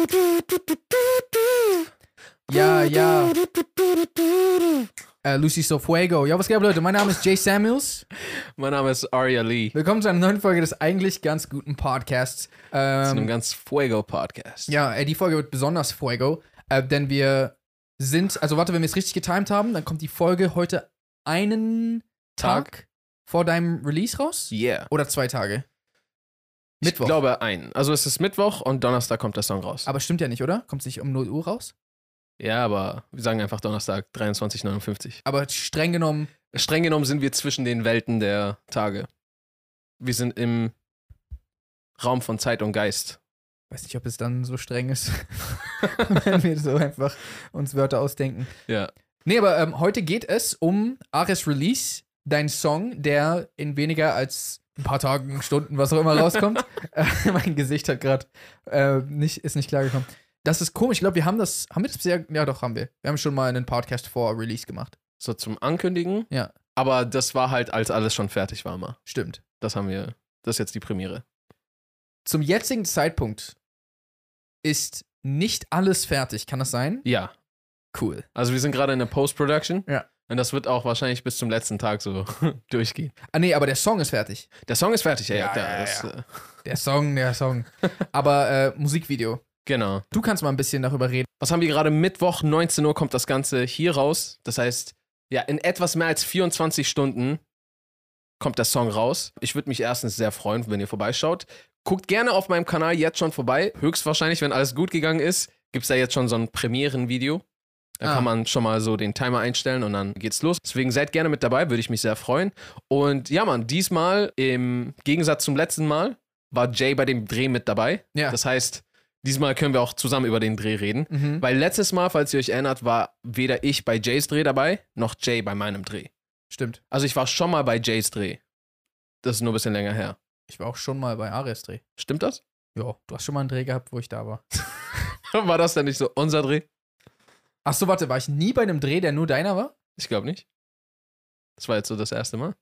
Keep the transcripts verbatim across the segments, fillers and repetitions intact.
Ja, ja. Äh, Lucy So Fuego. Ja, was geht ab, Leute? Mein Name ist Jay Samuels. Mein Name ist Arya Lee. Willkommen zu einer neuen Folge des eigentlich ganz guten Podcasts. Ähm, zu einem ganz Fuego-Podcast. Ja, äh, die Folge wird besonders Fuego, äh, denn wir sind, also warte, wenn wir es richtig getimed haben, dann kommt die Folge heute einen Tag, Tag vor deinem Release raus? Yeah. Oder zwei Tage? Mittwoch. Ich glaube ein. Also es ist Mittwoch und Donnerstag kommt der Song raus. Aber stimmt ja nicht, oder? Kommt es nicht um null Uhr raus? Ja, aber wir sagen einfach Donnerstag dreiundzwanzig Uhr neunundfünfzig. Aber streng genommen... Streng genommen sind wir zwischen den Welten der Tage. Wir sind im Raum von Zeit und Geist. Weiß nicht, ob es dann so streng ist, wenn wir so einfach uns Wörter ausdenken. Ja. Nee, aber ähm, heute geht es um Ares Release, dein Song, der in weniger als ein paar Tagen, Stunden, was auch immer rauskommt. äh, mein Gesicht hat gerade äh, nicht, ist nicht klargekommen. Das ist komisch. Ich glaube, wir haben das, haben wir das bisher, ja doch, haben wir. Wir haben schon mal einen Podcast vor Release gemacht. So zum Ankündigen. Ja. Aber das war halt, als alles schon fertig war mal. Stimmt. Das haben wir, das ist jetzt die Premiere. Zum jetzigen Zeitpunkt ist nicht alles fertig, kann das sein? Ja. Cool. Also wir sind gerade in der Post-Production. Ja. Und das wird auch wahrscheinlich bis zum letzten Tag so durchgehen. Ah nee, aber der Song ist fertig. Der Song ist fertig, ja. Ja, ja, klar, ja, das, ja. äh, Der Song, der Song. Aber äh, Musikvideo. Genau. Du kannst mal ein bisschen darüber reden. Was haben wir gerade? Mittwoch, neunzehn Uhr kommt das Ganze hier raus. Das heißt, ja, in etwas mehr als vierundzwanzig Stunden kommt der Song raus. Ich würde mich erstens sehr freuen, wenn ihr vorbeischaut. Guckt gerne auf meinem Kanal jetzt schon vorbei. Höchstwahrscheinlich, wenn alles gut gegangen ist, gibt es da jetzt schon so ein Premierenvideo. Da ah. kann man schon mal so den Timer einstellen und dann geht's los. Deswegen seid gerne mit dabei, würde ich mich sehr freuen. Und ja, Mann, diesmal im Gegensatz zum letzten Mal war Jay bei dem Dreh mit dabei. Ja. Das heißt, diesmal können wir auch zusammen über den Dreh reden. Mhm. Weil letztes Mal, falls ihr euch erinnert, war weder ich bei Jays Dreh dabei, noch Jay bei meinem Dreh. Stimmt. Also ich war schon mal bei Jays Dreh. Das ist nur ein bisschen länger her. Ich war auch schon mal bei Ares Dreh. Stimmt das? Ja, du hast schon mal einen Dreh gehabt, wo ich da war. War das denn nicht so unser Dreh? Ach so, warte, war ich nie bei einem Dreh, der nur deiner war? Ich glaube nicht. Das war jetzt so das erste Mal.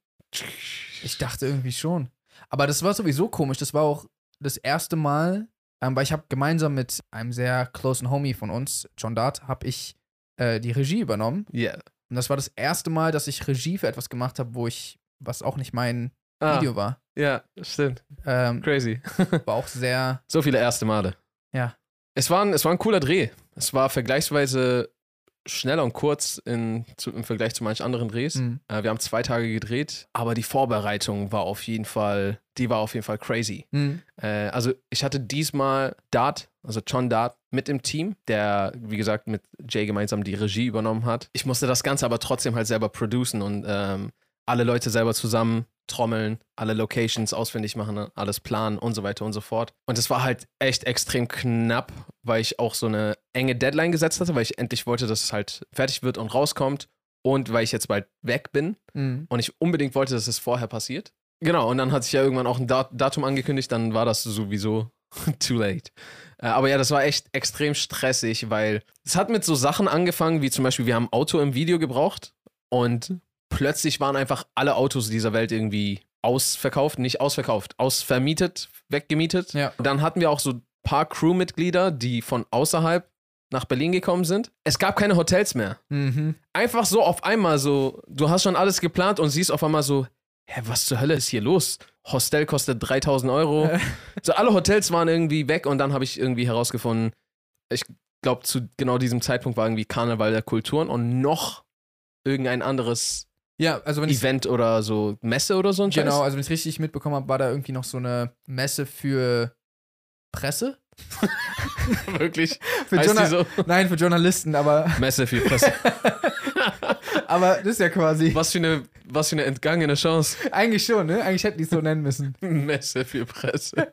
Ich dachte irgendwie schon. Aber das war sowieso komisch. Das war auch das erste Mal, ähm, weil ich habe gemeinsam mit einem sehr closen Homie von uns, John Dart, habe ich äh, die Regie übernommen. Ja. Yeah. Und das war das erste Mal, dass ich Regie für etwas gemacht habe, wo ich, was auch nicht mein ah, Video war. Ja, stimmt. Ähm, Crazy. War auch sehr... So viele erste Male. Ja. Es war ein, es war ein cooler Dreh. Es war vergleichsweise schneller und kurz in, zu, im Vergleich zu manchen anderen Drehs. Mhm. Äh, wir haben zwei Tage gedreht, aber die Vorbereitung war auf jeden Fall, die war auf jeden Fall crazy. Mhm. Äh, also ich hatte diesmal Dart, also John Dart, mit im Team, der, wie gesagt, mit Jay gemeinsam die Regie übernommen hat. Ich musste das Ganze aber trotzdem halt selber producen und ähm, alle Leute selber zusammen trommeln, alle Locations ausfindig machen, alles planen und so weiter und so fort. Und es war halt echt extrem knapp, weil ich auch so eine enge Deadline gesetzt hatte, weil ich endlich wollte, dass es halt fertig wird und rauskommt und weil ich jetzt bald weg bin Mhm. und ich unbedingt wollte, dass es vorher passiert. Genau, und dann hat sich ja irgendwann auch ein Dat- Datum angekündigt, dann war das sowieso too late. Äh, aber ja, das war echt extrem stressig, weil es hat mit so Sachen angefangen, wie zum Beispiel, wir haben ein Auto im Video gebraucht und plötzlich waren einfach alle Autos dieser Welt irgendwie ausverkauft, nicht ausverkauft, ausvermietet, weggemietet. Ja. Und dann hatten wir auch so ein paar Crewmitglieder, die von außerhalb nach Berlin gekommen sind. Es gab keine Hotels mehr. Mhm. Einfach so auf einmal so, du hast schon alles geplant und siehst auf einmal so, hä, was zur Hölle ist hier los? Hostel kostet dreitausend Euro. So alle Hotels waren irgendwie weg und dann habe ich irgendwie herausgefunden, ich glaube zu genau diesem Zeitpunkt war irgendwie Karneval der Kulturen und noch irgendein anderes Ja, also wenn ich Event oder so Messe oder so ein Scheiß. genau, also wenn ich es richtig mitbekommen habe, war da irgendwie noch so eine Messe für Presse? Wirklich? Für Heißt die Journa- so? Nein, für Journalisten, aber Messe für Presse. aber das ist ja quasi Was für eine, was für eine entgangene Chance. eigentlich schon, ne? Eigentlich hätten die es so nennen müssen. Messe für Presse.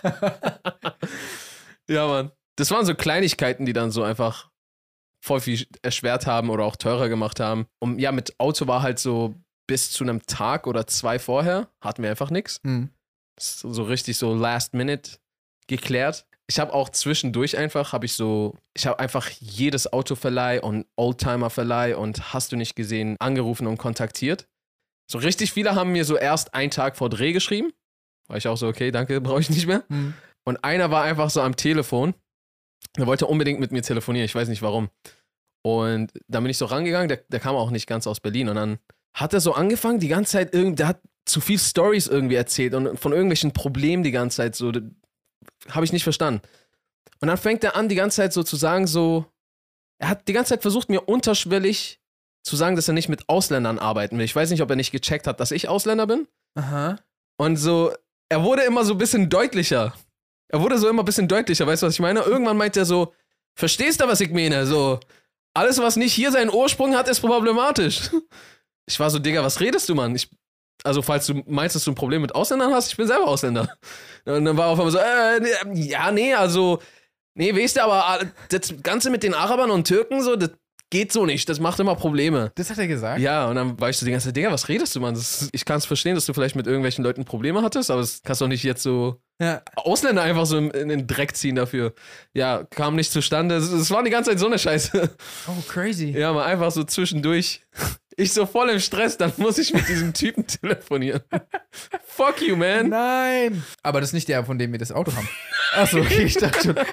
Ja, Mann. Das waren so Kleinigkeiten, die dann so einfach voll viel erschwert haben oder auch teurer gemacht haben. Und ja, mit Auto war halt so bis zu einem Tag oder zwei vorher, hatten wir einfach nichts. Hm. So richtig so last minute geklärt. Ich habe auch zwischendurch einfach, habe ich so, ich habe einfach jedes Autoverleih und Oldtimer-Verleih und hast du nicht gesehen, angerufen und kontaktiert. So richtig viele haben mir so erst einen Tag vor Dreh geschrieben. War ich auch so, okay, danke, brauche ich nicht mehr. Hm. Und einer war einfach so am Telefon Der wollte unbedingt mit mir telefonieren, ich weiß nicht warum. Und dann bin ich so rangegangen, der, der kam auch nicht ganz aus Berlin. Und dann hat er so angefangen, die ganze Zeit, irgend, der hat zu viel Stories irgendwie erzählt und von irgendwelchen Problemen die ganze Zeit so. Habe ich nicht verstanden. Und dann fängt er an, die ganze Zeit so zu sagen, so, er hat die ganze Zeit versucht, mir unterschwellig zu sagen, dass er nicht mit Ausländern arbeiten will. Ich weiß nicht, ob er nicht gecheckt hat, dass ich Ausländer bin. Aha. Und so, er wurde immer so ein bisschen deutlicher. Er wurde so immer ein bisschen deutlicher, weißt du, was ich meine? Irgendwann meint er so, verstehst du, was ich meine? So, alles, was nicht hier seinen Ursprung hat, ist problematisch. Ich war so, Digga, was redest du, Mann? Ich, also, falls du meinst, dass du ein Problem mit Ausländern hast, ich bin selber Ausländer. Und dann war er auf einmal so, äh, ja, nee, also, nee, weißt du, aber das Ganze mit den Arabern und Türken, so, das geht so nicht, das macht immer Probleme. Das hat er gesagt? Ja, und dann war ich so die ganze Zeit, Digga, was redest du, Mann? Das, ich kann es verstehen, dass du vielleicht mit irgendwelchen Leuten Probleme hattest, aber das kannst doch nicht jetzt so Ja. Ausländer einfach so in, in den Dreck ziehen dafür. Ja, kam nicht zustande. Es, es war die ganze Zeit so eine Scheiße. Oh, crazy. Ja, mal einfach so zwischendurch. Ich so voll im Stress, dann muss ich mit diesem Typen telefonieren. Fuck you, man. Nein. Aber das ist nicht der, von dem wir das Auto haben. Achso, okay, ich dachte schon.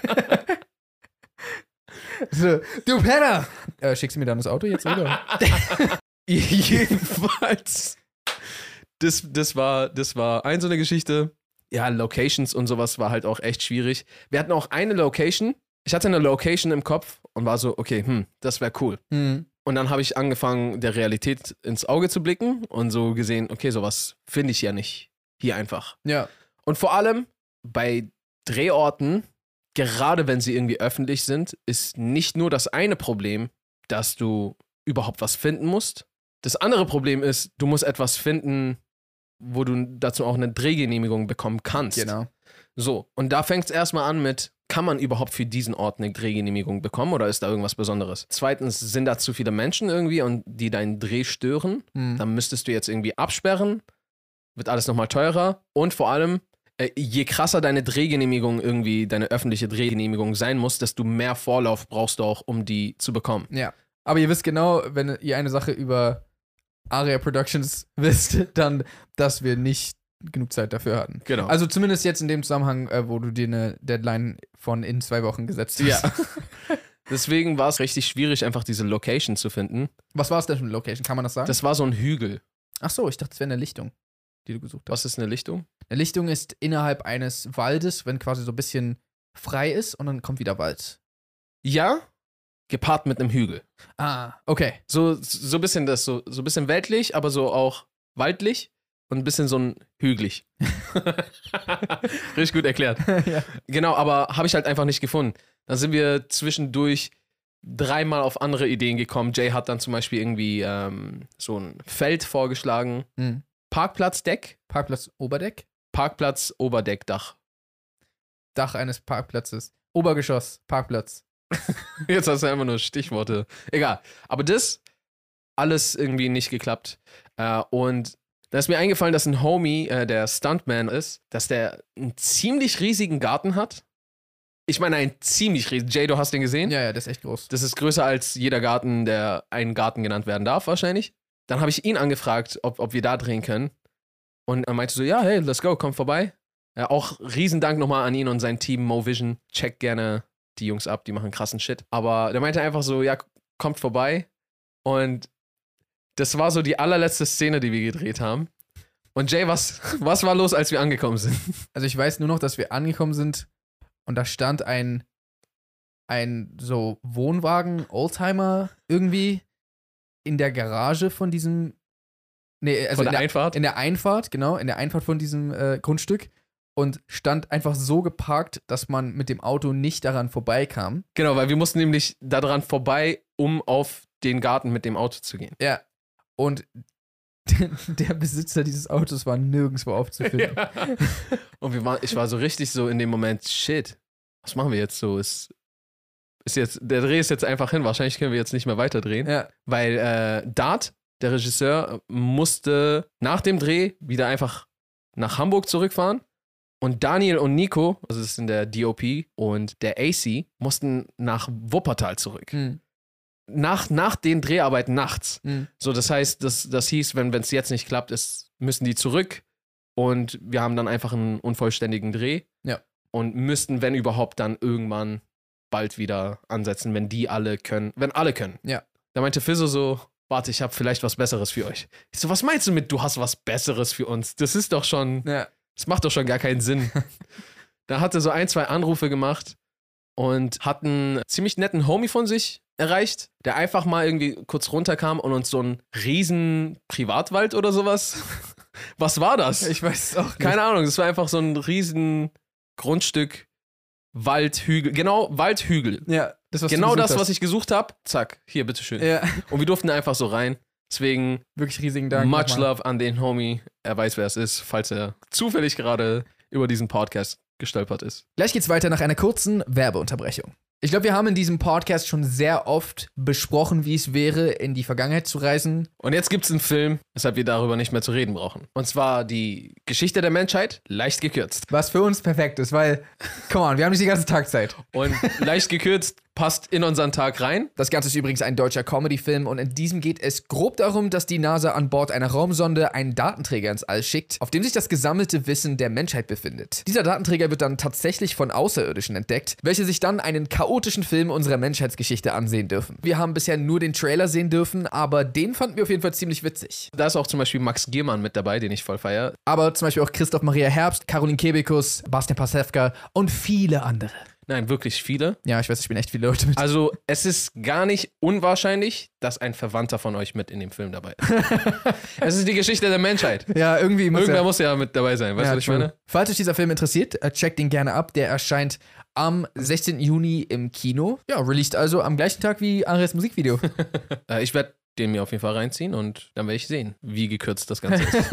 So, du Penner! Äh, schickst du mir dann das Auto jetzt oder? Jedenfalls. Das, das, war, das war ein so eine Geschichte. Ja, Locations und sowas war halt auch echt schwierig. Wir hatten auch eine Location. Ich hatte eine Location im Kopf und war so, okay, hm, das wäre cool. Mhm. Und dann habe ich angefangen, der Realität ins Auge zu blicken und so gesehen, okay, sowas finde ich ja nicht hier einfach. Ja. Und vor allem bei Drehorten, gerade wenn sie irgendwie öffentlich sind, ist nicht nur das eine Problem, dass du überhaupt was finden musst. Das andere Problem ist, du musst etwas finden, wo du dazu auch eine Drehgenehmigung bekommen kannst. Genau. So, und da fängt es erstmal an mit, kann man überhaupt für diesen Ort eine Drehgenehmigung bekommen oder ist da irgendwas Besonderes? Zweitens, sind da zu viele Menschen irgendwie und die deinen Dreh stören? Mhm. Dann müsstest du jetzt irgendwie absperren, wird alles nochmal teurer und vor allem, äh, je krasser deine Drehgenehmigung irgendwie, deine öffentliche Drehgenehmigung sein muss, desto mehr Vorlauf brauchst du auch, um die zu bekommen. Ja. Aber ihr wisst genau, wenn ihr eine Sache über Aria Productions wisst, dann, dass wir nicht genug Zeit dafür hatten. Genau. Also zumindest jetzt in dem Zusammenhang, äh, wo du dir eine Deadline von in zwei Wochen gesetzt hast. Ja. Deswegen war es richtig schwierig, einfach diese Location zu finden. Was war es denn für eine Location? Kann man das sagen? Das war so ein Hügel. Ach so, ich dachte, es wäre eine Lichtung, die du gesucht hast. Was ist eine Lichtung? Eine Lichtung ist innerhalb eines Waldes, wenn quasi so ein bisschen frei ist und dann kommt wieder Wald. Ja, gepaart mit einem Hügel. Ah, okay. So, so ein bisschen das, so, so ein bisschen weltlich, aber so auch waldlich und ein bisschen so ein hügelig. Richtig gut erklärt. Ja. Genau, aber habe ich halt einfach nicht gefunden. Dann sind wir zwischendurch dreimal auf andere Ideen gekommen. Jay hat dann zum Beispiel irgendwie ähm, so ein Feld vorgeschlagen. Hm. Parkplatzdeck, Parkplatz Oberdeck, Parkplatz Oberdeckdach. Dach eines Parkplatzes, Obergeschoss, Parkplatz. Jetzt hast du einfach nur Stichworte. Egal. Aber das alles irgendwie nicht geklappt. Äh, und da ist mir eingefallen, dass ein Homie, äh, der Stuntman ist, dass der einen ziemlich riesigen Garten hat. Ich meine, einen ziemlich riesigen. Jay, du hast den gesehen? Ja, ja, das ist echt groß. Das ist größer als jeder Garten, der ein Garten genannt werden darf, wahrscheinlich. Dann habe ich ihn angefragt, ob, ob wir da drehen können. Und er meinte so, ja, hey, let's go, komm vorbei. Ja, auch Riesendank nochmal an ihn und sein Team Movision. Check gerne die Jungs ab, die machen krassen Shit. Aber der meinte einfach so, ja, kommt vorbei. Und das war so die allerletzte Szene, die wir gedreht haben. Und Jay, was, was war los, als wir angekommen sind? Also ich weiß nur noch, dass wir angekommen sind und da stand ein, ein so Wohnwagen, Oldtimer irgendwie in der Garage von diesem, nee, also Von in der Einfahrt? In der Einfahrt, genau, in der Einfahrt von diesem äh, Grundstück und stand einfach so geparkt, dass man mit dem Auto nicht daran vorbeikam. Genau, weil wir mussten nämlich daran vorbei, um auf den Garten mit dem Auto zu gehen. Ja. Und der Besitzer dieses Autos war nirgendwo aufzufinden. Ja. Und wir waren, ich war so richtig so in dem Moment, shit, was machen wir jetzt so? Ist, ist jetzt, der Dreh ist jetzt einfach hin, wahrscheinlich können wir jetzt nicht mehr weiterdrehen. Ja. Weil äh, Dart, der Regisseur, musste nach dem Dreh wieder einfach nach Hamburg zurückfahren. Und Daniel und Nico, also das sind der D O P und der A C, mussten nach Wuppertal zurück. Mhm. Nach, nach den Dreharbeiten nachts. Mhm. So, das heißt, das, das hieß, wenn es jetzt nicht klappt, ist, müssen die zurück und wir haben dann einfach einen unvollständigen Dreh. Ja. Und müssten, wenn überhaupt, dann irgendwann bald wieder ansetzen, wenn die alle können, wenn alle können. Ja. Da meinte Fizzo so, warte, ich habe vielleicht was Besseres für euch. Ich so, was meinst du mit, du hast was Besseres für uns? Das ist doch schon, Ja. das macht doch schon gar keinen Sinn. Da hat er so ein, zwei Anrufe gemacht und hat einen ziemlich netten Homie von sich erreicht, der einfach mal irgendwie kurz runterkam und uns so einen riesen Privatwald oder sowas. Was war das? Ich weiß es auch nicht. Keine Ahnung, das war einfach so ein riesen Grundstück, Waldhügel, genau, Waldhügel. Ja, das, was Genau du das, gesucht was ich gesucht habe. Zack, hier, bitteschön. hast. Ja, Und wir durften einfach so rein. Deswegen wirklich riesigen Dank. much nochmal. love an den Homie. Er weiß, wer es ist, falls er zufällig gerade über diesen Podcast gestolpert ist. Gleich geht's weiter nach einer kurzen Werbeunterbrechung. Ich glaube, wir haben in diesem Podcast schon sehr oft besprochen, wie es wäre, in die Vergangenheit zu reisen. Und jetzt gibt's einen Film, weshalb wir darüber nicht mehr zu reden brauchen. Und zwar die Geschichte der Menschheit, leicht gekürzt. Was für uns perfekt ist, weil, come on, wir haben nicht die ganze Tag Zeit. Und leicht gekürzt passt in unseren Tag rein. Das Ganze ist übrigens ein deutscher Comedy-Film und in diesem geht es grob darum, dass die NASA an Bord einer Raumsonde einen Datenträger ins All schickt, auf dem sich das gesammelte Wissen der Menschheit befindet. Dieser Datenträger wird dann tatsächlich von Außerirdischen entdeckt, welche sich dann einen chaotischen Film unserer Menschheitsgeschichte ansehen dürfen. Wir haben bisher nur den Trailer sehen dürfen, aber den fanden wir auf jeden Fall ziemlich witzig. Da ist auch zum Beispiel Max Giermann mit dabei, den ich voll feiere. Aber zum Beispiel auch Christoph Maria Herbst, Caroline Kebekus, Bastian Pastewka und viele andere. Nein, wirklich viele. Ja, ich weiß, ich bin echt viele Leute mit. Also, es ist gar nicht unwahrscheinlich, dass ein Verwandter von euch mit in dem Film dabei ist. Es ist die Geschichte der Menschheit. Ja, irgendwie muss Irgendwer er. muss ja mit dabei sein, weißt du, Ja, was ich true. meine? Falls euch dieser Film interessiert, äh, checkt ihn gerne ab. Der erscheint am sechzehnten Juni im Kino. Ja, released also am gleichen Tag wie Ares Musikvideo. Äh, ich werde den mir auf jeden Fall reinziehen und dann werde ich sehen, wie gekürzt das Ganze ist.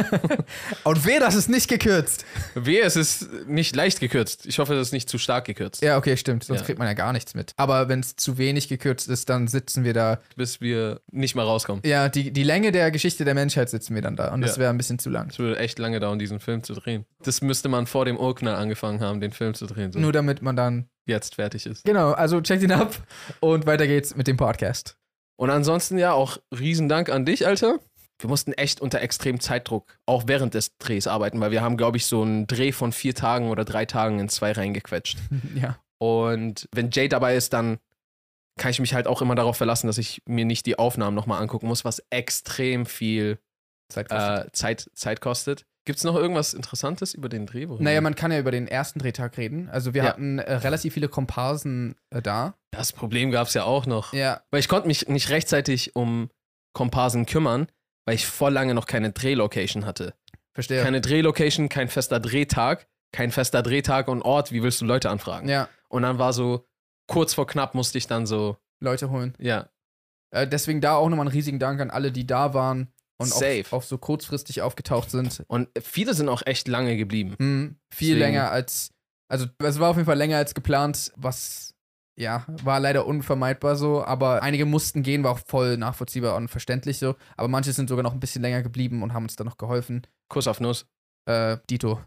Und wer, das ist nicht gekürzt. Wehe, es ist nicht leicht gekürzt. Ich hoffe, es ist nicht zu stark gekürzt. Ja, okay, stimmt. Sonst Ja. kriegt man ja gar nichts mit. Aber wenn es zu wenig gekürzt ist, dann sitzen wir da. Bis wir nicht mal rauskommen. Ja, die, die Länge der Geschichte der Menschheit sitzen wir dann da. Und das Ja. wäre ein bisschen zu lang. Es würde echt lange dauern, diesen Film zu drehen. Das müsste man vor dem Urknall angefangen haben, den Film zu drehen. So Nur damit man dann. jetzt fertig ist. Genau, also checkt ihn ab und weiter geht's mit dem Podcast. Und ansonsten ja auch riesen Dank an dich, Alter. Wir mussten echt unter extremem Zeitdruck auch während des Drehs arbeiten, weil wir haben, glaube ich, so einen Dreh von vier Tagen oder drei Tagen in zwei reingequetscht. Ja. Und wenn Jay dabei ist, dann kann ich mich halt auch immer darauf verlassen, dass ich mir nicht die Aufnahmen nochmal angucken muss, was extrem viel Zeit kostet. äh, Zeit, Zeit kostet. Gibt es noch irgendwas Interessantes über den Dreh? worüber- Naja, man kann ja über den ersten Drehtag reden. Also wir Ja. hatten äh, relativ viele Komparsen äh, da. Das Problem gab es ja auch noch. Ja, Weil ich konnte mich nicht rechtzeitig um Komparsen kümmern, weil ich voll lange noch keine Drehlocation hatte. verstehe. Keine Drehlocation, kein fester Drehtag, kein fester Drehtag und Ort. Wie willst du Leute anfragen? Ja, Und dann war so, kurz vor knapp musste ich dann so, Leute holen. ja, Äh, deswegen da auch nochmal einen riesigen Dank an alle, die da waren und Safe. auch, auch so kurzfristig aufgetaucht sind. Und viele sind auch echt lange geblieben. Mhm, viel Deswegen- länger als, also es war auf jeden Fall länger als geplant, was, ja, war leider unvermeidbar so, aber einige mussten gehen, war auch voll nachvollziehbar und verständlich so, aber manche sind sogar noch ein bisschen länger geblieben und haben uns dann noch geholfen. Kuss auf Nuss. Äh, Dito.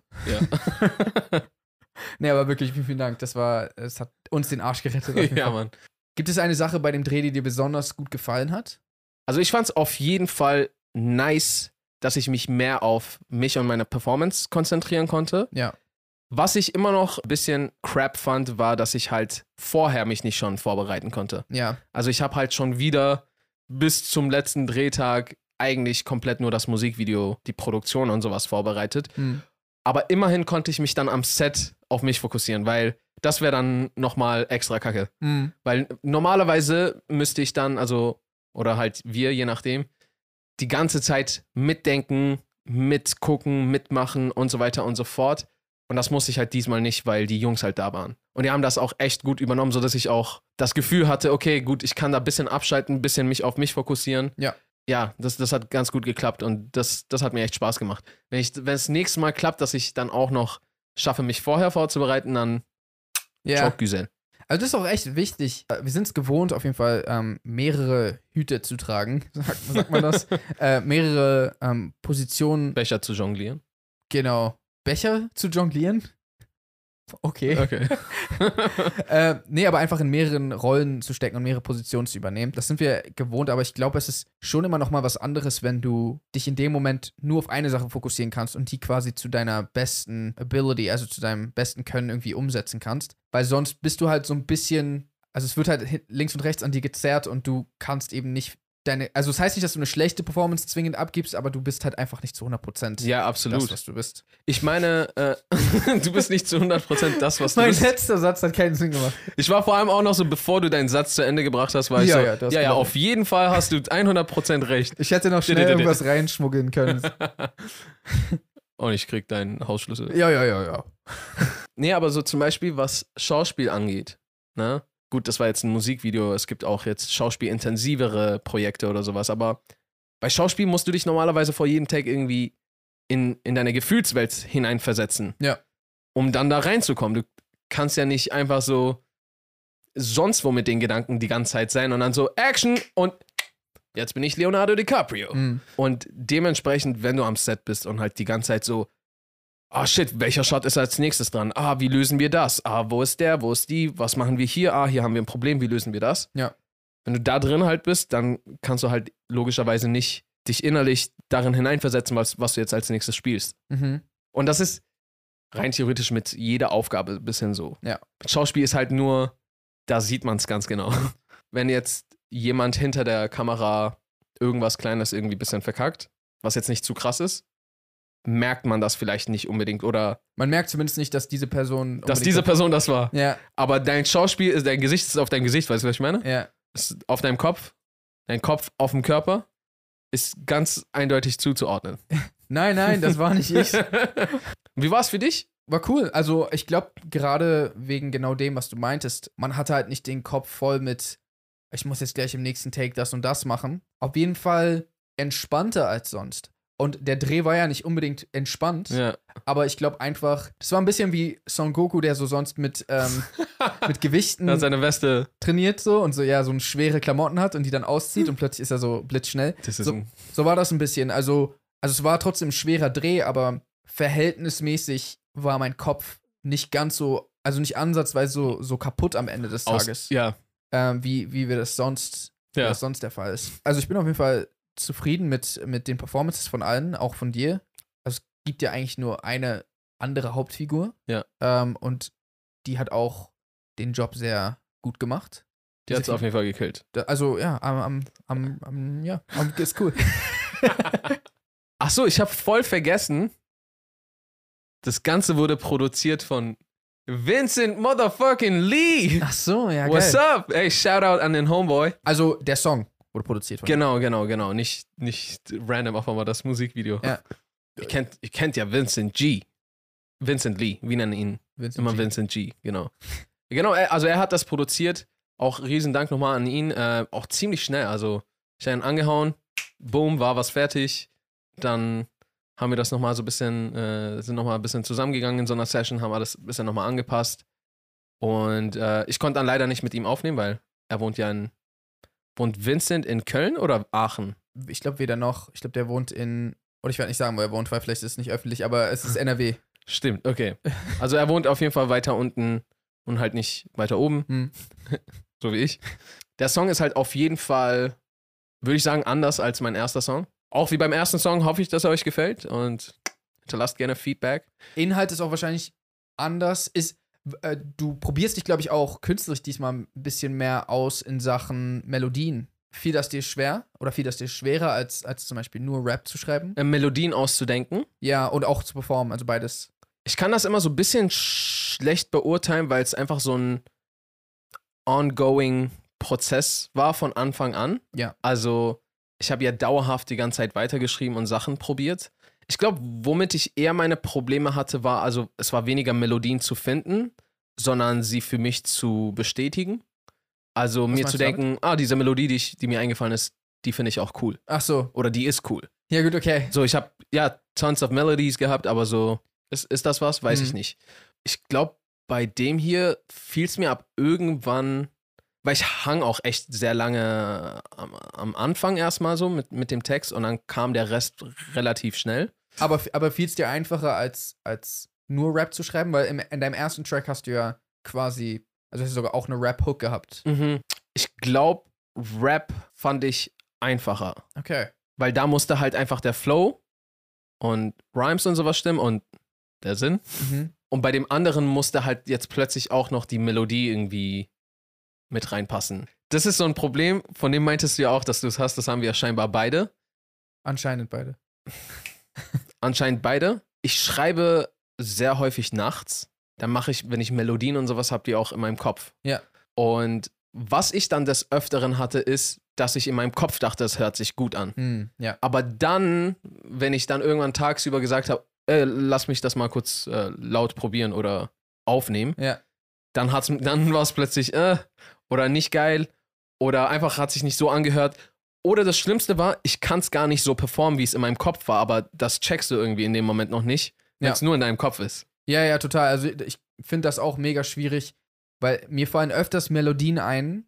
Ja, Nee, aber wirklich, vielen, vielen Dank, das war, es hat uns den Arsch gerettet. auf jeden ja Fall. Mann. Gibt es eine Sache bei dem Dreh, die dir besonders gut gefallen hat? Also ich fand es auf jeden Fall nice, dass ich mich mehr auf mich und meine Performance konzentrieren konnte. Ja. Was ich immer noch ein bisschen crap fand, war, dass ich halt vorher mich nicht schon vorbereiten konnte. Ja. Also ich habe halt schon wieder bis zum letzten Drehtag eigentlich komplett nur das Musikvideo, die Produktion und sowas vorbereitet. Hm. Aber immerhin konnte ich mich dann am Set auf mich fokussieren, weil das wäre dann nochmal extra kacke. Hm. Weil normalerweise müsste ich dann, also, oder halt wir, je nachdem, die ganze Zeit mitdenken, mitgucken, mitmachen und so weiter und so fort. Und das musste ich halt diesmal nicht, weil die Jungs halt da waren. Und die haben das auch echt gut übernommen, sodass ich auch das Gefühl hatte, okay, gut, ich kann da ein bisschen abschalten, ein bisschen mich auf mich fokussieren. Ja. Ja, das, das hat ganz gut geklappt und das, das hat mir echt Spaß gemacht. Wenn ich, wenn es nächstes Mal klappt, dass ich dann auch noch schaffe, mich vorher vorzubereiten, dann Ja. Ciao, Güsel. Also das ist auch echt wichtig. Wir sind es gewohnt, auf jeden Fall ähm, mehrere Hüte zu tragen, sagt, sagt man das. äh, mehrere ähm, Positionen, Becher zu jonglieren. genau, Becher zu jonglieren. Okay. Okay. äh, nee, aber einfach in mehreren Rollen zu stecken und mehrere Positionen zu übernehmen. Das sind wir gewohnt, aber ich glaube, es ist schon immer noch mal was anderes, wenn du dich in dem Moment nur auf eine Sache fokussieren kannst und die quasi zu deiner besten Ability, also zu deinem besten Können irgendwie umsetzen kannst. Weil sonst bist du halt so ein bisschen also es wird halt hin- links und rechts an dir gezerrt und du kannst eben nicht deine, also es heißt nicht, dass du eine schlechte Performance zwingend abgibst, aber du bist halt einfach nicht zu hundert Prozent Ja, absolut. das, was du bist. Ich meine, äh, du bist nicht zu hundert Prozent das, was du Mein bist. letzter Satz hat keinen Sinn gemacht. Ich war vor allem auch noch so, bevor du deinen Satz zu Ende gebracht hast, war ich Ja, so, ja, du hast ja, ja, genau auf jeden Fall hast du hundert Prozent recht. Ich hätte noch schnell Didididi. irgendwas reinschmuggeln können. Und ich krieg deinen Hausschlüssel. Ja, ja, ja, ja. Nee, aber so zum Beispiel, was Schauspiel angeht, ne? Gut, das war jetzt ein Musikvideo, es gibt auch jetzt schauspielintensivere Projekte oder sowas, aber bei Schauspiel musst du dich normalerweise vor jedem Take irgendwie in, in deine Gefühlswelt hineinversetzen. Ja. Um dann da reinzukommen. Du kannst ja nicht einfach so sonst wo mit den Gedanken die ganze Zeit sein und dann so Action und jetzt bin ich Leonardo DiCaprio. Mhm. Und dementsprechend, wenn du am Set bist und halt die ganze Zeit so, ah shit, welcher Shot ist als nächstes dran? Ah, wie lösen wir das? Ah, wo ist der? Wo ist die? Was machen wir hier? Ah, hier haben wir ein Problem, wie lösen wir das? Ja. Wenn du da drin halt bist, dann kannst du halt logischerweise nicht dich innerlich darin hineinversetzen, was, was du jetzt als nächstes spielst. Mhm. Und das ist rein theoretisch mit jeder Aufgabe ein bisschen so. Ja. Schauspiel ist halt nur, da sieht man es ganz genau. Wenn jetzt jemand hinter der Kamera irgendwas Kleines irgendwie ein bisschen verkackt, was jetzt nicht zu krass ist, merkt man das vielleicht nicht unbedingt oder Man merkt zumindest nicht, dass diese Person. dass unbedingt- diese Person das war. Ja, Aber dein Schauspiel ist, dein Gesicht ist auf dein Gesicht, weißt du, was ich meine? ja. Ist auf deinem Kopf, dein Kopf auf dem Körper ist ganz eindeutig zuzuordnen. Nein, nein, das war nicht ich. Wie war es für dich? War cool. Also, ich glaube, gerade wegen genau dem, was du meintest, man hatte halt nicht den Kopf voll mit, ich muss jetzt gleich im nächsten Take das und das machen. Auf jeden Fall entspannter als sonst. Und der Dreh war ja nicht unbedingt entspannt, Ja. aber ich glaube einfach, das war ein bisschen wie Son Goku, der so sonst mit, ähm, mit Gewichten Er hat seine Weste. trainiert so und so, ja, so schwere Klamotten hat und die dann auszieht und plötzlich ist er so blitzschnell. Das ist So, ein, so war das ein bisschen. Also, also es war trotzdem ein schwerer Dreh, aber verhältnismäßig war mein Kopf nicht ganz so, also nicht ansatzweise so, so kaputt am Ende des aus, Tages, ja. ähm, wie, wie wir das sonst, wie Ja. das sonst der Fall ist. Also ich bin auf jeden Fall zufrieden mit, mit den Performances von allen, auch von dir. Also es gibt ja eigentlich nur eine andere Hauptfigur. Ja. Ähm, und die hat auch den Job sehr gut gemacht. Die hat es auf jeden Fall gekillt. Da- Also ja, am, am, am, am ja, am, ist cool. Ach so, ich habe voll vergessen. Das Ganze wurde produziert von Vincent Motherfucking Lee. Ach so, ja, What's geil. up? Ey, Shoutout an den Homeboy. Also der Song wurde produziert von ihm. Genau, genau, genau. Nicht, nicht random auf einmal das Musikvideo. Ja. Ihr kennt, ihr kennt ja Vincent G. Vincent Lee, wir nennen ihn Vincent immer G. Vincent G, genau. Genau, er- also er hat das produziert. Auch riesen Dank nochmal an ihn. Äh, auch ziemlich schnell. Also ich habe ihn angehauen, boom, war was fertig. Dann haben wir das nochmal so ein bisschen, äh, sind nochmal ein bisschen zusammengegangen in so einer Session, haben alles ein bisschen nochmal angepasst. Und äh, ich konnte dann leider nicht mit ihm aufnehmen, weil er wohnt ja in, wohnt Vincent in Köln oder Aachen? Ich glaube weder noch. Ich glaube, der wohnt in, oder ich werde nicht sagen, wo er wohnt, weil vielleicht ist es nicht öffentlich, aber es ist N R W. Stimmt, okay. Also er wohnt auf jeden Fall weiter unten und halt nicht weiter oben, Hm. so wie ich. Der Song ist halt auf jeden Fall, würde ich sagen, anders als mein erster Song. Auch wie beim ersten Song hoffe ich, dass er euch gefällt und hinterlasst gerne Feedback. Inhalt ist auch wahrscheinlich anders. Ist, äh, du probierst dich, glaube ich, auch künstlerisch diesmal ein bisschen mehr aus in Sachen Melodien. Fiel das dir schwer oder fiel das dir schwerer, als, als zum Beispiel nur Rap zu schreiben? Äh, Melodien auszudenken. Ja, und auch zu performen, also beides. Ich kann das immer so ein bisschen schlecht beurteilen, weil es einfach so ein ongoing Prozess war von Anfang an. Ja. Also ich habe ja dauerhaft die ganze Zeit weitergeschrieben und Sachen probiert. Ich glaube, womit ich eher meine Probleme hatte, war, also es war weniger Melodien zu finden, sondern sie für mich zu bestätigen. Also mir meinst zu du damit? denken, ah, diese Melodie, die, ich, die mir eingefallen ist, die finde ich auch cool. Ach so. Oder die ist cool. Ja, gut, okay. So, ich habe ja tons of Melodies gehabt, aber so, ist, ist das was? Weiß Mhm. ich nicht. Ich glaube, bei dem hier fiel es mir ab irgendwann, weil ich hang auch echt sehr lange am, am Anfang erstmal so mit, mit dem Text und dann kam der Rest relativ schnell. Aber, aber fiel es dir einfacher, als, als nur Rap zu schreiben? Weil im, in deinem ersten Track hast du ja quasi, also hast du sogar auch eine Rap-Hook gehabt. Mhm. Ich glaube, Rap fand ich einfacher, Okay. weil da musste halt einfach der Flow und Rhymes und sowas stimmen und der Sinn. Mhm. Und bei dem anderen musste halt jetzt plötzlich auch noch die Melodie irgendwie mit reinpassen. Das ist so ein Problem, von dem meintest du ja auch, dass du es hast. Das haben wir ja scheinbar beide. Anscheinend beide. Anscheinend beide. Ich schreibe sehr häufig nachts. Dann mache ich, wenn ich Melodien und sowas habe, die auch in meinem Kopf. Ja. Und was ich dann des Öfteren hatte, ist, dass ich in meinem Kopf dachte, es hört sich gut an. Hm, ja. Aber dann, wenn ich dann irgendwann tagsüber gesagt habe, äh, lass mich das mal kurz äh, laut probieren oder aufnehmen, Ja. dann, hat's, dann war es plötzlich äh, oder nicht geil oder einfach hat sich nicht so angehört. Oder das Schlimmste war, ich kann es gar nicht so performen, wie es in meinem Kopf war, aber das checkst du irgendwie in dem Moment noch nicht, wenn es Ja. nur in deinem Kopf ist. Ja, ja, total. Also ich finde das auch mega schwierig, weil mir fallen öfters Melodien ein,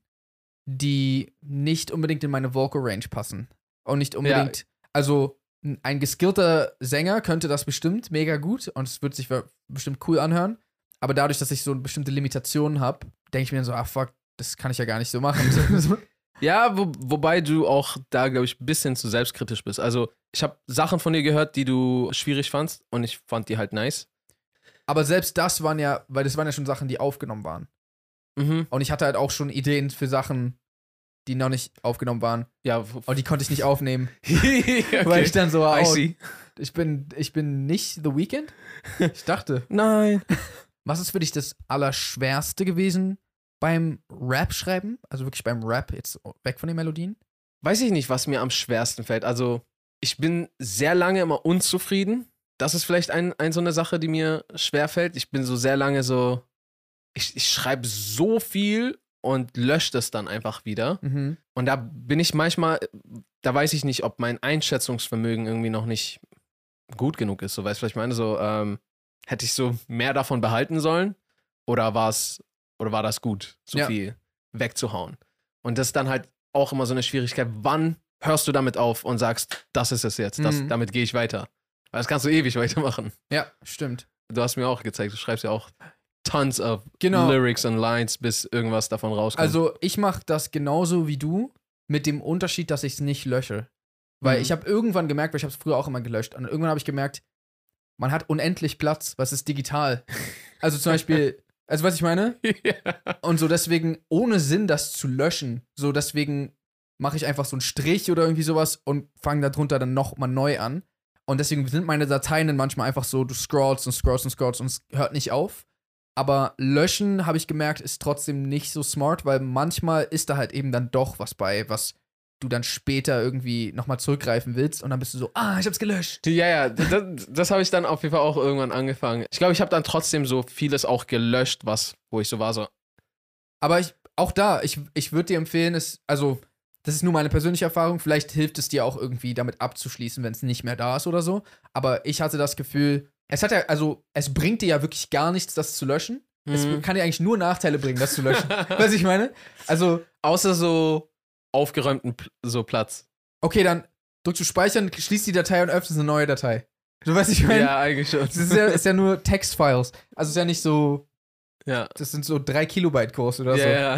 die nicht unbedingt in meine Vocal Range passen. Und nicht unbedingt, ja. Also ein geskillter Sänger könnte das bestimmt mega gut und es wird sich bestimmt cool anhören. Aber dadurch, dass ich so bestimmte Limitationen habe, denke ich mir so, ah fuck, das kann ich ja gar nicht so machen. Ja, wo, wobei du auch da, glaube ich, ein bisschen zu selbstkritisch bist. Also ich habe Sachen von dir gehört, die du schwierig fandst und ich fand die halt nice. Aber selbst das waren ja, weil das waren ja schon Sachen, die aufgenommen waren. Mhm. Und ich hatte halt auch schon Ideen für Sachen, die noch nicht aufgenommen waren. Ja. Und die konnte ich nicht aufnehmen. Okay. Weil ich dann so, I oh, see. ich bin, ich bin nicht The Weeknd? Ich dachte. Nein. Was ist für dich das Allerschwerste gewesen beim Rap-Schreiben? Also wirklich beim Rap, jetzt weg von den Melodien? Weiß ich nicht, was mir am schwersten fällt. Also ich bin sehr lange immer unzufrieden. Das ist vielleicht ein, ein so eine Sache, die mir schwerfällt. Ich bin so sehr lange so, ich, ich schreibe so viel und lösche das dann einfach wieder. Mhm. Und da bin ich manchmal, da weiß ich nicht, ob mein Einschätzungsvermögen irgendwie noch nicht gut genug ist. So, weißt du, was ich meine? So, ähm, hätte ich so mehr davon behalten sollen? Oder war es, oder war das gut, so Ja. viel wegzuhauen? Und das ist dann halt auch immer so eine Schwierigkeit. Wann hörst du damit auf und sagst, das ist es jetzt, das, Mhm. damit gehe ich weiter? Weil das kannst du ewig weitermachen. Ja, stimmt. Du hast mir auch gezeigt, du schreibst ja auch tons of Genau. Lyrics und Lines, bis irgendwas davon rauskommt. Also ich mache das genauso wie du, mit dem Unterschied, dass ich es nicht lösche. Weil Mhm. ich habe irgendwann gemerkt, weil ich habe es früher auch immer gelöscht, und irgendwann habe ich gemerkt, man hat unendlich Platz, was ist digital. Also zum Beispiel, also was ich meine? ja. Und so deswegen, ohne Sinn, das zu löschen, so deswegen mache ich einfach so einen Strich oder irgendwie sowas und fange darunter dann nochmal neu an. Und deswegen sind meine Dateien dann manchmal einfach so, du scrollst und scrollst und scrollst und es hört nicht auf. Aber löschen, habe ich gemerkt, ist trotzdem nicht so smart, weil manchmal ist da halt eben dann doch was bei, was du dann später irgendwie nochmal zurückgreifen willst und dann bist du so, ah, ich hab's gelöscht. Ja, ja, das, das habe ich dann auf jeden Fall auch irgendwann angefangen. Ich glaube, ich habe dann trotzdem so vieles auch gelöscht, was, wo ich so war, so. Aber ich, auch da, ich, ich würde dir empfehlen, es, also, das ist nur meine persönliche Erfahrung, vielleicht hilft es dir auch irgendwie damit abzuschließen, wenn es nicht mehr da ist oder so. Aber ich hatte das Gefühl, es hat ja, also, es bringt dir ja wirklich gar nichts, das zu löschen. Es Mhm. kann dir eigentlich nur Nachteile bringen, das zu löschen. Weißt du, ich meine? Also, Außer so aufgeräumten Pl- so Platz. okay, dann drückst du Speichern, schließt die Datei und öffnest eine neue Datei. Du weißt, ich meine? Ja, eigentlich schon. Es ist ja, ist ja nur Textfiles. Also, es ist ja nicht so, Ja. das sind so drei Kilobyte Kurs oder so. Ja, ja.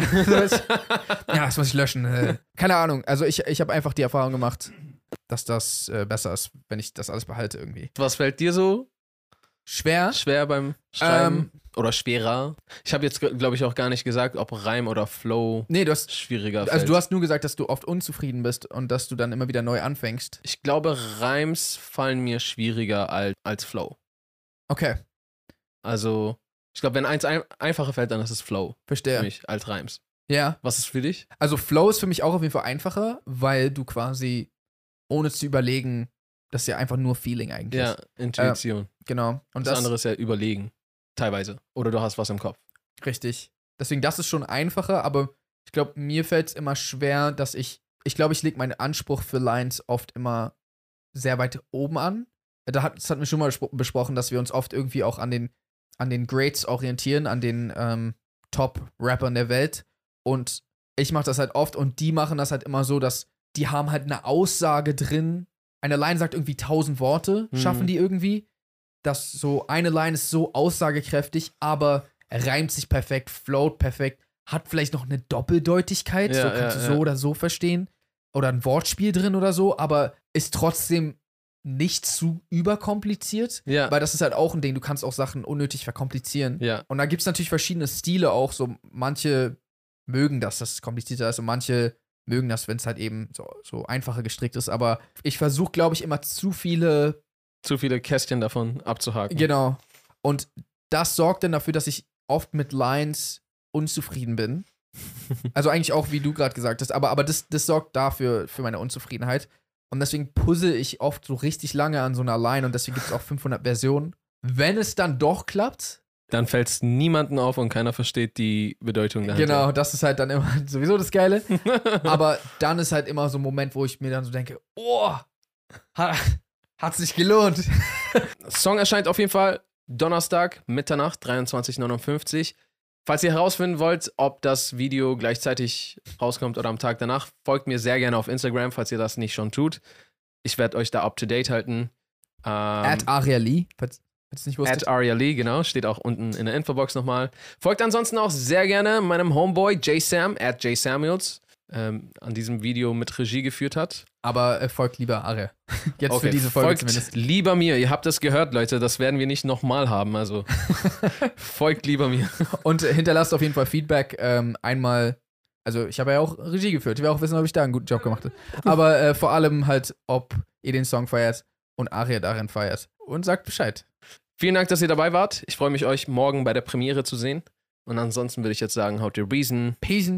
Ja, das muss ich löschen. Äh, keine Ahnung. Also ich, ich habe einfach die Erfahrung gemacht, dass das äh, besser ist, wenn ich das alles behalte irgendwie. Was fällt dir so Schwer? schwer beim Schreiben? Ähm, Oder schwerer? Ich habe jetzt, glaube ich, auch gar nicht gesagt, ob Reim oder Flow Nee, du hast, schwieriger fällt. also du hast nur gesagt, dass du oft unzufrieden bist und dass du dann immer wieder neu anfängst. Ich glaube, Reims fallen mir schwieriger als, als Flow. Okay, Also, ich glaube, wenn eins ein, einfacher fällt, dann ist es Flow für verstehe. mich als Reims. Ja, Was ist für dich? also Flow ist für mich auch auf jeden Fall einfacher, weil du quasi, ohne zu überlegen, das ist ja einfach nur Feeling eigentlich. Ja, Intuition. Genau. Und das, das, andere ist ja überlegen. Teilweise. Oder du hast was im Kopf. richtig. Deswegen, das ist schon einfacher, aber ich glaube, mir fällt es immer schwer, dass ich, ich glaube, ich lege meinen Anspruch für Lines oft immer sehr weit oben an. Da hat, das hatten wir schon mal bespro- besprochen, dass wir uns oft irgendwie auch an den, an den Greats orientieren, an den ähm, Top-Rappern der Welt. Und ich mache das halt oft und die machen das halt immer so, dass die haben halt eine Aussage drin. Eine Line sagt irgendwie tausend Worte, Mhm. schaffen die irgendwie. Das so, eine Line ist so aussagekräftig, aber reimt sich perfekt, float perfekt, hat vielleicht noch eine Doppeldeutigkeit, Ja, so kannst ja, du so ja. oder so verstehen. Oder ein Wortspiel drin oder so, aber ist trotzdem nicht zu überkompliziert. Ja. Weil das ist halt auch ein Ding, du kannst auch Sachen unnötig verkomplizieren. Ja. Und da gibt es natürlich verschiedene Stile auch, so manche mögen das, dass es komplizierter ist und manche mögen das, wenn es halt eben so, so einfacher gestrickt ist. Aber ich versuche, glaube ich, immer zu viele. Zu viele Kästchen davon abzuhaken. Genau. Und das sorgt dann dafür, dass ich oft mit Lines unzufrieden bin. Also eigentlich auch, wie du gerade gesagt hast, aber, aber das, das sorgt dafür, für meine Unzufriedenheit. Und deswegen puzzle ich oft so richtig lange an so einer Line und deswegen gibt es auch fünfhundert Versionen. Wenn es dann doch klappt, dann fällt es niemandem auf und keiner versteht die Bedeutung dahinter. Genau, das ist halt dann immer sowieso das Geile. Aber dann ist halt immer so ein Moment, wo ich mir dann so denke, oh, hat, hat's sich gelohnt. Song erscheint auf jeden Fall Donnerstag, Mitternacht, dreiundzwanzig Uhr neunundfünfzig. Falls ihr herausfinden wollt, ob das Video gleichzeitig rauskommt oder am Tag danach, folgt mir sehr gerne auf Instagram, falls ihr das nicht schon tut. Ich werde euch da up-to-date halten. Ähm, At Aria Lee, falls falls nicht wusstet. At Aria Lee, genau, steht auch unten in der Infobox nochmal. Folgt ansonsten auch sehr gerne meinem Homeboy J-Sam, at J Samuels, ähm, an diesem Video mit Regie geführt hat. Aber äh, folgt lieber Aria. Jetzt Okay, für diese Folge folgt zumindest. lieber mir. Ihr habt es gehört, Leute. Das werden wir nicht nochmal haben. Also folgt lieber mir. Und äh, hinterlasst auf jeden Fall Feedback. Ähm, einmal, also ich habe ja auch Regie geführt. Ich will auch wissen, ob ich da einen guten Job gemacht habe. Aber äh, vor allem halt, ob ihr den Song feiert und Aria darin feiert. Und sagt Bescheid. Vielen Dank, dass ihr dabei wart. Ich freue mich, euch morgen bei der Premiere zu sehen. Und ansonsten würde ich jetzt sagen, haut ihr Reason. Peace.